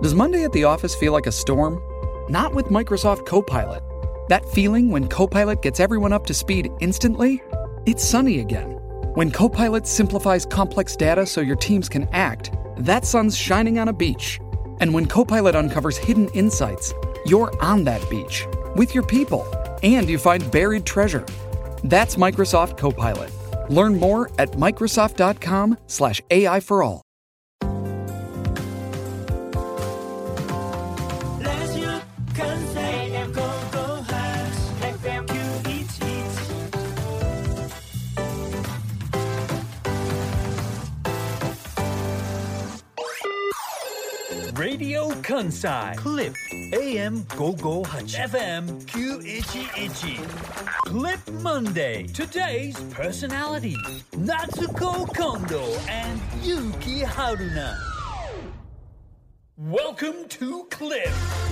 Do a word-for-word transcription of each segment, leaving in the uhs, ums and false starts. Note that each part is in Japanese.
Does Monday at the office feel like a storm? Not with Microsoft Copilot. That feeling when Copilot gets everyone up to speed instantly? It's sunny again. When Copilot simplifies complex data so your teams can act, that sun's shining on a beach. And when Copilot uncovers hidden insights, you're on that beach with your people, and you find buried treasure. That's Microsoft Copilot. Learn more at Microsoft.com slash AI for all. Radio Kansai Clip エーエムごひゃくごじゅうはち エフエムきゅういちいち Clip Monday. Today's personality Natsuko Kondo and Yuki Haruna. Welcome to Clip.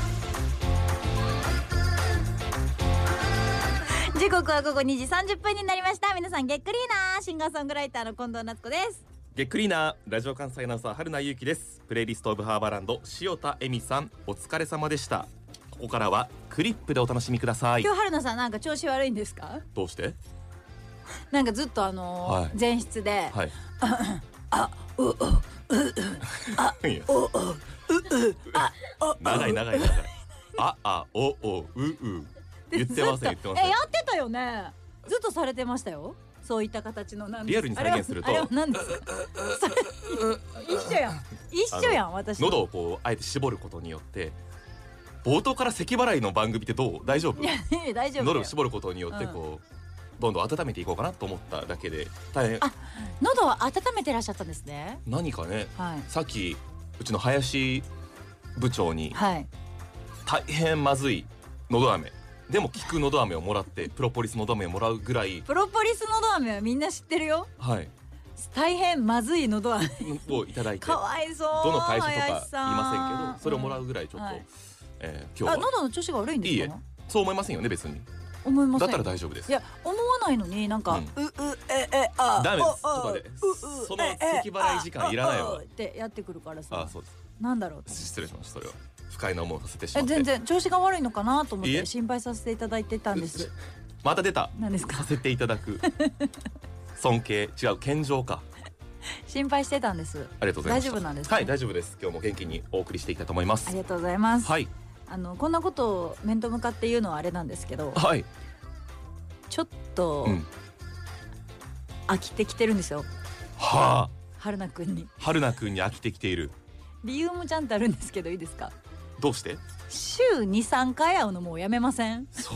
時刻はごごにじさんじゅっぷんになりました。皆さんげっくりーなシンガーソングライターの近藤夏子です。 げっくりーなラジオ関西アナウンサー春名ゆうきです。プレイリストオブハーバーランド塩田恵美さんお疲れ様でした。ここからはクリップでお楽しみください。 今日春名さんなんか調子悪いんですか？ どうして？ なんかずっとあのーはい、前室で、はい、あうううあおおううあお長い長い長いああおおうう言ってません言ってません。 えやってたよね。ずっとされてましたよ。そういった形のなんリアルに再現するとあれは何ですか？一緒やん一緒やん。私喉をこうあえて絞ることによって冒頭から咳払いの番組ってどう？大丈夫？ いや大丈夫。 喉を絞ることによってこう、うん、どんどん温めていこうかなと思っただけで大変。 あ、喉を温めてらっしゃったんですね。 何かね、 はい、 さっきうちの林部長に、 はい、 大変まずい喉飴でも効く喉飴をもらってプロポリス喉飴をもらうぐらい。 プロポリス喉飴はみんな知ってるよ。 はい。 大変まずい喉飴をいただいてかわいそう。 どの会社とか言いませんけどそれをもらうぐらいちょっと、うんはい、えー、今日はあ喉の調子が悪いんですか？ いいえそう思いませんよね別に。 思いません。 だったら大丈夫です。 いや思わないのになんか、うん、ううええあダメです。ちょっと待ってその咳払い時間いらないわってやってくるからさ。 あそうです。 なんだろう失礼しました。それは不快な思いをさせてしまって。 全然調子が悪いのかなと思って心配させていただいてたんです。 また出た。 何ですか？ させていただく尊敬違う謙譲か。 心配してたんです。 ありがとうございます。 大丈夫なんですか？ はい大丈夫です。今日も元気にお送りしていきたいと思います。 ありがとうございます。 はい。 あのこんなことを面と向かって言うのはあれなんですけど、 はい。 ちょっと、うん、飽きてきてるんですよ。 はあ。 春名くんに。 春名くんに飽きてきている。 理由もちゃんとあるんですけどいいですか？ どうして？ 週に、さんかい会うのもうやめません？ そう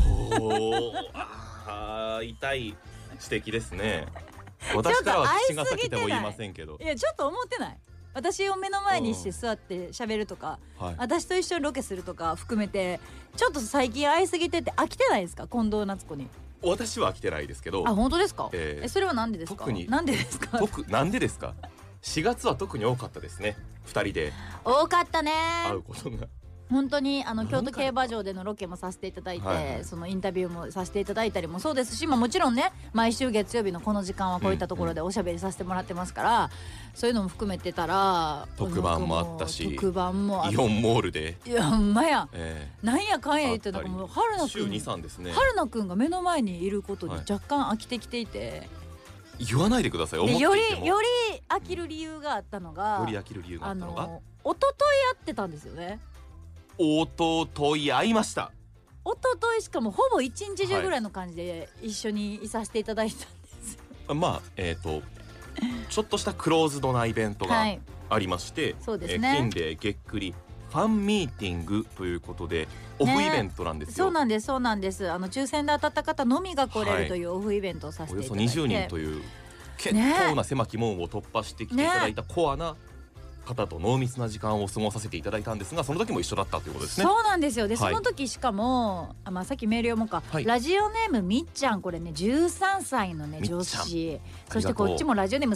あ痛い指摘ですね。私からは口が裂けても言いませんけど。 いやちょっと思ってない？私を目の前にして座って喋るとか、うんはい、私と一緒にロケするとか含めてちょっと最近会いすぎてて飽きてないですか？近藤夏子に。 私は飽きてないですけど。 あ本当ですか？ えー、 えそれはなんでですか？ 特になんでですか？ 特なんでですか？しがつは特に多かったですね。ふたりで多かったね会うことが。 本当にあの京都競馬場でのロケもさせていただいて、はいはい、そのインタビューもさせていただいたりもそうですし、まあ、もちろんね毎週月曜日のこの時間はこういったところでおしゃべりさせてもらってますから、うんうん、そういうのも含めてたら特番もあったし特番もあったイオンモールでいやほんまや、 えー、 なんやかんや言ってなんかもう春菜くん週に、さんですね。 春菜くんが目の前にいることに若干飽きてきていて、 はい、言わないでください。思っていてもよりより飽きる理由があったのがより飽きる理由があったのがあの一昨日会ってたんですよね。 おととい会いました。 おとといしかもほぼ一日中ぐらいの感じで一緒にいさせていただいたんですよ、 はい、まあえっ、ー、とちょっとしたクローズドなイベントがありまして、はい、 そうですね、 えー、金でげっくりファンミーティングということでオフイベントなんですよ、ね、 そうなんですそうなんですあの抽選で当たった方のみが来れるというオフイベントをさせていただいて、はい、およそにじゅうにんという結構な狭き門を突破してきていただいたコアな方と濃密な時間を過ごさせていただいたんですが、その時も一緒だったということですね。 そうなんですよ。で、 はい、 その時しかもあ、まあ、さっきメール読もうか、 はい、 ラジオネームみっちゃん、これねじゅうさんさいのね女子、そしてこっちもラジオネームさっ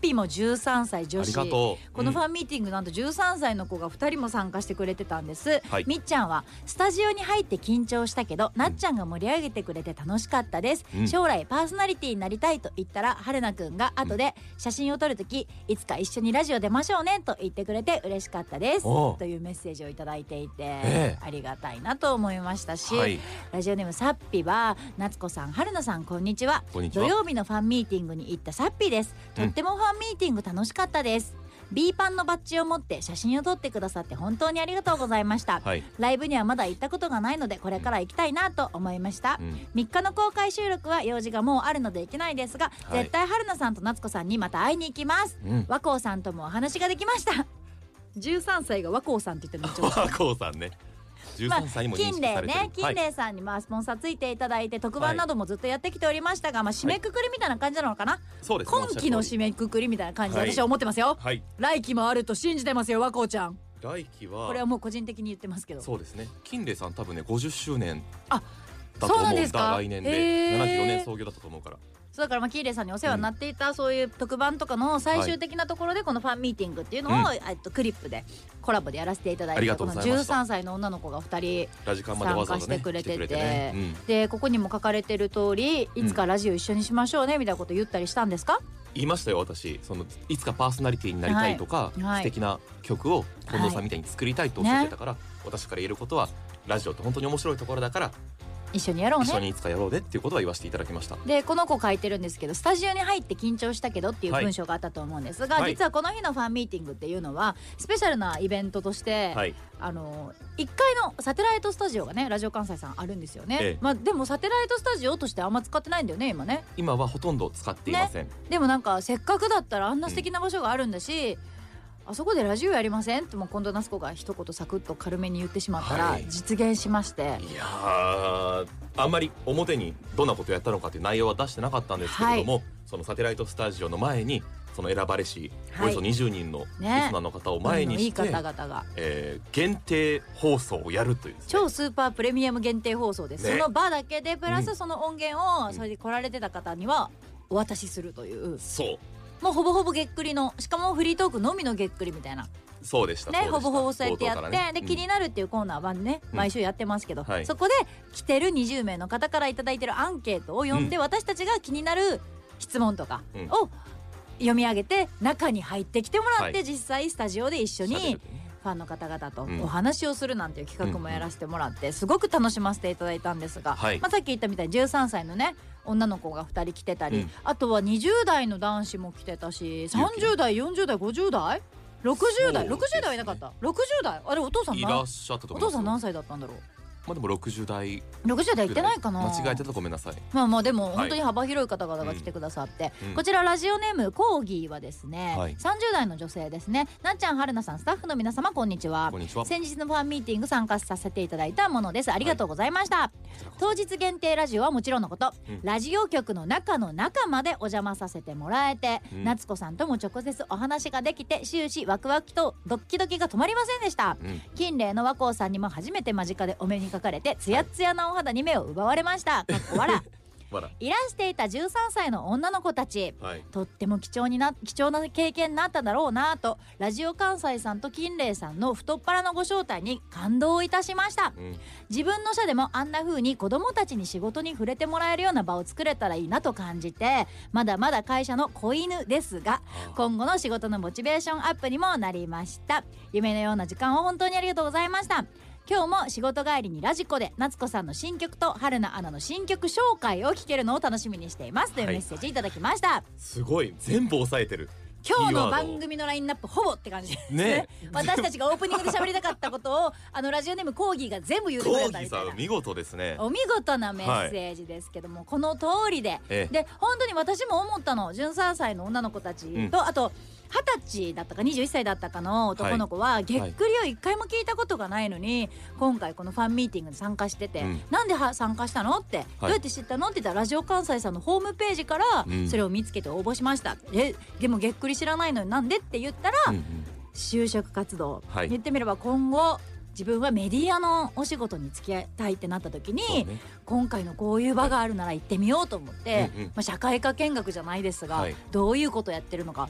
ピーもじゅうさんさい女子。 ありがとう。 このファンミーティングなんとじゅうさんさいの子がふたりも参加してくれてたんです、 はい、 みっちゃんはスタジオに入って緊張したけど、うん、なっちゃんが盛り上げてくれて楽しかったです、うん、将来パーソナリティになりたいと言ったら春菜くんが後で写真を撮るとき、うん、いつか一緒にラジオ出ましょうねと言ってくれて嬉しかったですというメッセージをいただいていて、えー、ありがたいなと思いましたし、はい、ラジオネームさっぴは夏子さん、春菜さん、こんにちは。 こんにちは。 土曜日のファンミーティングに行ったさっぴです。とってもファンミーティング楽しかったです、うん、B パンのバッジを持って写真を撮ってくださって本当にありがとうございました、はい、ライブにはまだ行ったことがないのでこれから行きたいなと思いました、うん、みっかの公開収録は用事がもうあるので行けないですが、はい、絶対春菜さんと夏子さんにまた会いに行きます、うん、和光さんともお話ができましたじゅうさんさいが和光さんって言ってるの和光さんね、じゅうさんさいにも認識されてる、 まあ、金麗ね、金麗さんにまあスポンサーついていただいて特番などもずっとやってきておりましたが、まあ、締めくくりみたいな感じなのかな、 そうです、 今期の締めくくりみたいな感じで私は思ってますよ、はい、来期もあると信じてますよ和光ちゃん。 来期はこれはもう個人的に言ってますけど、 そうですね、金麗さん多分ねごじゅっしゅうねんあだと思うんだ。 そうなんですか。 来年でななじゅうよねん創業だったと思うから、 そうだからまあキーレイさんにお世話になっていた、うん、そういう特番とかの最終的なところでこのファンミーティングっていうのを、はい、えっとクリップでコラボでやらせていただいて、このじゅうさんさいの女の子がふたり参加してくれてて、ねうん、でここにも書かれてる通りいつかラジオ一緒にしましょうねみたいなこと言ったりしたんですか？ 言いましたよ。私そのいつかパーソナリティになりたいとか、はいはい、素敵な曲を近藤さんみたいに作りたいとおっしゃってたから、はいね、私から言えることはラジオって本当に面白いところだから一緒にやろうね、 一緒にいつかやろうねっていうことは言わせていただきました。 でこの子書いてるんですけど、スタジオに入って緊張したけどっていう文章があったと思うんですが、はい、実はこの日のファンミーティングっていうのはスペシャルなイベントとして、はい、あのいっかいのサテライトスタジオがねラジオ関西さんあるんですよね、ええ、まあ、でもサテライトスタジオとしてあんま使ってないんだよね今ね。 今はほとんど使っていません、ね、 でもなんかせっかくだったらあんな素敵な場所があるんだし、うん、あそこでラジオやりませんってもう近藤夏子が一言サクッと軽めに言ってしまったら実現しまして、はい、 いやーあんまり表にどんなことやったのかという内容は出してなかったんですけれども、はい、そのサテライトスタジオの前にその選ばれし、はい、およそにじゅうにんのリスナーの方を前にして、 ね、いい方々が、 えー、限定放送をやるという、ね、 超スーパープレミアム限定放送です、ね、その場だけでプラスその音源をそれで来られてた方にはお渡しするという、うん、 そうもうほぼほぼげっくりの、しかもフリートークのみのげっくりみたいな。 そうでしたね、ほぼほぼそうやってやって、ね、で、 うん、 気になるっていうコーナーはね毎週やってますけど、うんはい、そこで来てるにじゅうめいの方からいただいてるアンケートを読んで、うん、私たちが気になる質問とかを読み上げて中に入ってきてもらって、はい、実際スタジオで一緒にファンの方々とお話をするなんていう企画もやらせてもらってすごく楽しませていただいたんですが、はい、まあ、さっき言ったみたいにじゅうさんさいのね女の子がふたり来てたり、うん、あとはにじゅう代の男子も来てたし、さんじゅう代よんじゅう代ごじゅう代ろくじゅう代、ろくじゅう代はいなかった。ろくじゅう代あれお父さんいらっしゃったと思います。 お父さん何歳だったんだろう。 まあでもろくじゅう代ろくじゅう代いってないかな。 間違えてたらごめんなさい。 まあまあでも本当に幅広い方々が来てくださって、はいうん、こちらラジオネームコーギーはですね、はい、さんじゅう代の女性ですね。なっちゃん、はるなさん、スタッフの皆様こんにちは。 こんにちは。 先日のファンミーティング参加させていただいたものです。ありがとうございました、はい、当日限定ラジオはもちろんのこと、うん、ラジオ局の中の中までお邪魔させてもらえて、うん、夏子さんとも直接お話ができて終始ワクワクとドッキドキが止まりませんでした、うん、金麗の和光さんにも初めて間近でお目にかかれてツヤツヤなお肌に目を奪われました。かっこ笑いらしていたじゅうさんさいの女の子たち、はい、とっても貴重にな貴重な経験になっただろうなとラジオ関西さんと金麗さんの太っ腹のご招待に感動いたしました、うん、自分の社でもあんな風に子どもたちに仕事に触れてもらえるような場を作れたらいいなと感じて、まだまだ会社の子犬ですが今後の仕事のモチベーションアップにもなりました。夢のような時間を本当にありがとうございました。今日も仕事帰りにラジコで夏子さんの新曲と春菜アナの新曲紹介を聞けるのを楽しみにしていますというメッセージいただきました、はい、 すごい全部押さえてる。 今日の番組のラインナップほぼって感じですね。ね私たちがオープニングで喋りたかったことをあのラジオネームコーギーが全部言うてくれたみたいな。 コーギーさん見事ですね。 お見事なメッセージですけども、はい、この通りで、ええ、で本当に私も思ったの。じゅうさんさいの女の子たちと、うん、あとはたちだったかにじゅういっさいだったかの男の子は、はい、げっくりを一回も聞いたことがないのに、はい、今回このファンミーティングに参加してて、うん、なんでは参加したのって、はい、どうやって知ったのって言ったらラジオ関西さんのホームページからそれを見つけて応募しました、うん、えでもげっくり知らないのになんでって言ったら、うんうん、就職活動、はい、言ってみれば今後自分はメディアのお仕事に付き合いたいってなった時に、ね、今回のこういう場があるなら行ってみようと思って、うんうん、まあ、社会科見学じゃないですが、はい、どういうことやってるのか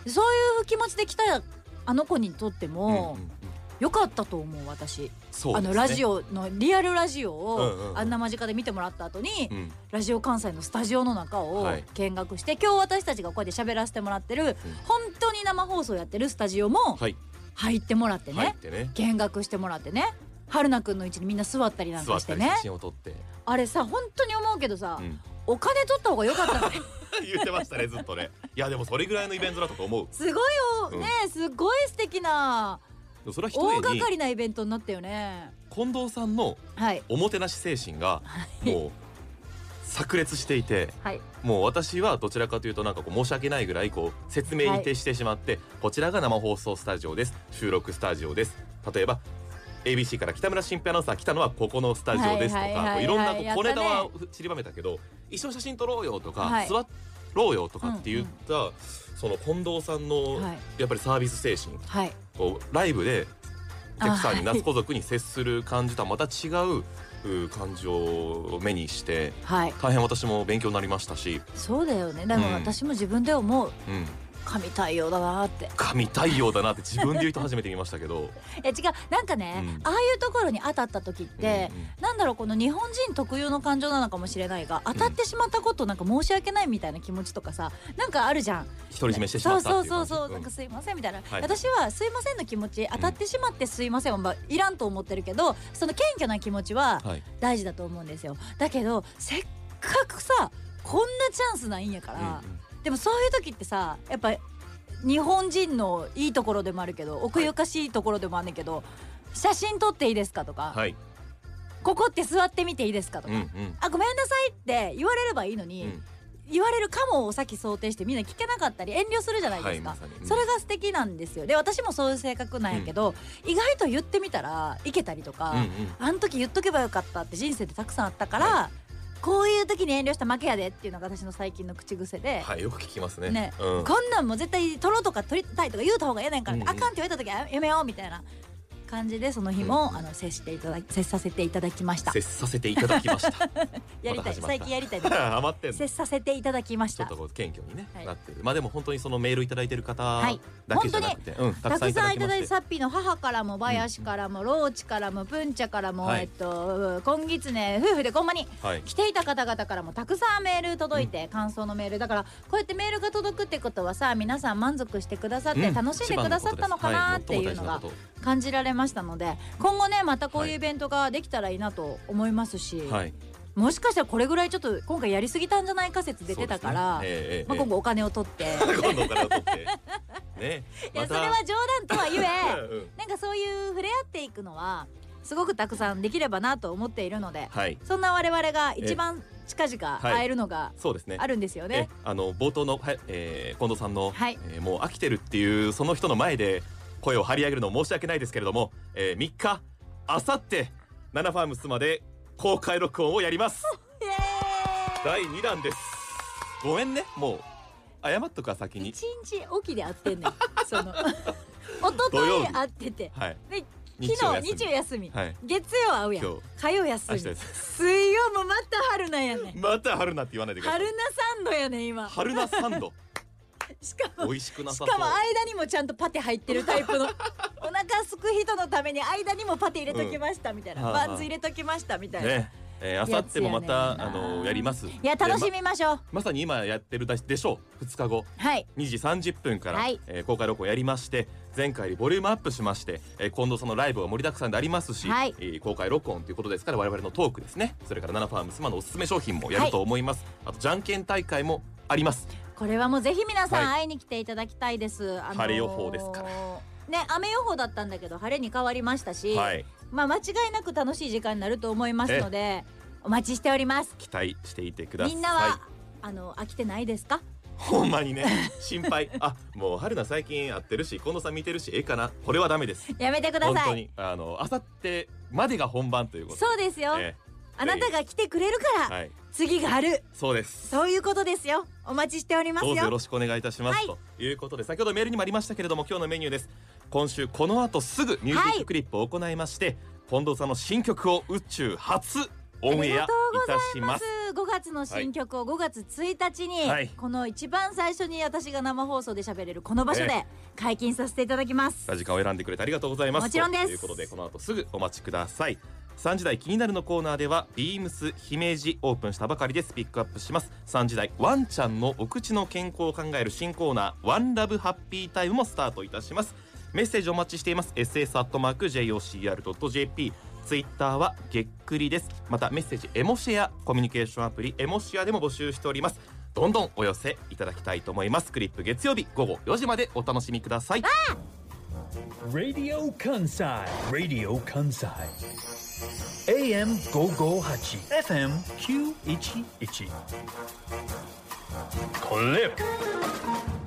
そういう気持ちで来たあの子にとっても、うんうんうん、よかったと思う私。そうですね、あのラジオのリアルラジオを、うんうんうん、あんな間近で見てもらった後に、うん、ラジオ関西のスタジオの中を見学して、はい、今日私たちがこうやって喋らせてもらってる、うん、本当に生放送やってるスタジオも入ってもらってね、はいってね、見学してもらってね、春菜くんの位置にみんな座ったりなんかしてね、 写真を撮って、 あれさ本当に思うけどさ、うん、お金取った方が良かったね言ってましたねずっとね。いやでもそれぐらいのイベントだったと思う。 すごいよ、うん、ね、すごい素敵なそれは大掛かりなイベントになったよね。 近藤さんのおもてなし精神がもう炸裂していて、はい、もう私はどちらかというとなんかこう申し訳ないぐらいこう説明に徹してしまって、はい、こちらが生放送スタジオです、収録スタジオです、例えば エービーシー から北村新平アナウンサー来たのはここのスタジオですとか、いろんなこう小ネタは散りばめたけど、一緒に写真撮ろうよとか、はい、座ろうよとかって言った、うんうん、その近藤さんのやっぱりサービス精神、はい、こうライブでお客さんに夏子族に接する感じとはまた違う感じを目にして、はい、大変私も勉強になりましたし。そうだよね。だから私も自分で思う、うん、神対応だなって。 神対応だなって自分で言うと初めて見ましたけどえ違う、なんかね、うん、ああいうところに当たった時って、うんうん、なんだろう、この日本人特有の感情なのかもしれないが、当たってしまったことなんか申し訳ないみたいな気持ちとかさ、なんかあるじゃん。 独り占めしてしまったっていうそうそうそうそう、なんかすいませんみたいな、はい、私はすいませんの気持ち、当たってしまってすいませんは、まあ、いらんと思ってるけど、その謙虚な気持ちは大事だと思うんですよ、はい、だけどせっかくさこんなチャンスないんやから、うんうん、でもそういう時ってさ、やっぱ日本人のいいところでもあるけど、奥ゆかしいところでもあるんだけど、はい、写真撮っていいですかとか、はい、ここって座ってみていいですかとか、うんうん、あごめんなさいって言われればいいのに、うん、言われるかもをさっき想定してみんな聞けなかったり遠慮するじゃないですか、はい、まうん、それが素敵なんですよ。で私もそういう性格なんやけど、うん、意外と言ってみたらいけたりとか、うんうん、あの時言っとけばよかったって人生でたくさんあったから、はい、こういう時に遠慮した負けやでっていうのが私の最近の口癖で、 はい、よく聞きますね。 ね、うん、こんなんも絶対取ろうとか取りたいとか言うた方がええねんから、うんうん、あかんって言われた時はやめようみたいな感じで、その日も、うん、あの接していただ接させていただきました。 接させていただきましたやりたい、最近やりたいですハマってんの。 接させていただきました。 ちょっとこう謙虚に、ね、はい、なってる。まあでも本当にそのメールいただいてる方だけじゃなくて、はい、うん、たくさんいただきまして、たくさんいただいて、サッピーの母からもバヤシからも、うん、ローチからもプンチャからも、はい、えっと今月ね夫婦でこんまに、はい、来ていた方々からもたくさんメール届いて、うん、感想のメールだから、こうやってメールが届くってことはさ、皆さん満足してくださって、うん、楽しんでくださったのかなっていうのが感じられましたので、今後ねまたこういうイベントができたらいいなと思いますし、はい、もしかしたらこれぐらいちょっと今回やりすぎたんじゃないか説出てたから、ね、えーまあ、今後お金を取って今度お金を取ってね、 いやそれは冗談とは言え、うん、なんかそういう触れ合っていくのはすごくたくさんできればなと思っているので、はい、そんな我々が一番近々会えるのがあるんですよね。 あの冒頭の、はいえー、近藤さんの、はいえー、もう飽きてるっていうその人の前で声を張り上げるの申し訳ないですけれども、えー、みっかあさってナナファームスまで公開録音をやりますだいにだんです。ごめんね、もう謝っとくわ先に。 一日おきで会ってんねんそのおととい会ってて、はい、で昨日日曜休み、はい、月曜会うやん、火曜休み、水曜もまた春菜やねんまた春菜って言わないでください。 春菜サンドやねん今。 春菜サンドしかも美味しくなさそう。 しかも間にもちゃんとパテ入ってるタイプのお腹すく人のために間にもパテ入れときましたみたいな、うん、バンズ入れときましたみたいな、ねえー、あさってもまたあのやります。いや楽しみましょう。 ま, まさに今やってるでしょう。ふつかご、はい、にじさんじゅっぷんから、はいえー、公開録音やりまして、前回よりボリュームアップしまして、えー、近藤さんのライブが盛りだくさんでありますし、はいえー、公開録音ということですから、我々のトークですね、それからナナファームスマのおすすめ商品もやると思います、はい、あとじゃんけん大会もあります。 これはもうぜひ皆さん会いに来ていただきたいです、はいあのー、 晴れ予報ですからね、雨予報だったんだけど晴れに変わりましたし、はい、まあ間違いなく楽しい時間になると思いますのでお待ちしております。 期待していてください。 みんなはあの飽きてないですか？ ほんまにね心配あもう春菜最近会ってるし近藤さん見てるしええかな、これはダメです。 やめてください。 本当にあのあさってまでが本番ということで。 そうですよ、えーあなたが来てくれるから、はい、次がある。 そうです。 そういうことですよ。お待ちしておりますよ。 どうぞよろしくお願いいたします、はい、ということで、先ほどメールにもありましたけれども、今日のメニューです。今週この後すぐミュージッククリップを行いまして、はい、近藤さんの新曲を宇宙初オンエアいたします。 ごがつの新曲をごがつついたちに、はい、この一番最初に私が生放送で喋れるこの場所で解禁させていただきます。 ラジカンを選んでくれてありがとうございます。 もちろんです。 ということでこの後すぐお待ちください。さんじ台気になるのコーナーではビームス姫路オープンしたばかりです。ピックアップします。さんじ台ワンちゃんのお口の健康を考える新コーナーワンラブハッピータイムもスタートいたします。メッセージお待ちしています。 エスエス アットマーク ジェイオーシーアール ドット ジェーピー、 ツイッターはげっくりです。またメッセージエモシェアコミュニケーションアプリエモシェアでも募集しております。どんどんお寄せいただきたいと思います。クリップ月曜日ごごよじまでお楽しみください。 Radio Kansai Radio Kansai エーエムごひゃくごじゅうはち エフエムきゅうひゃくじゅういち クリップ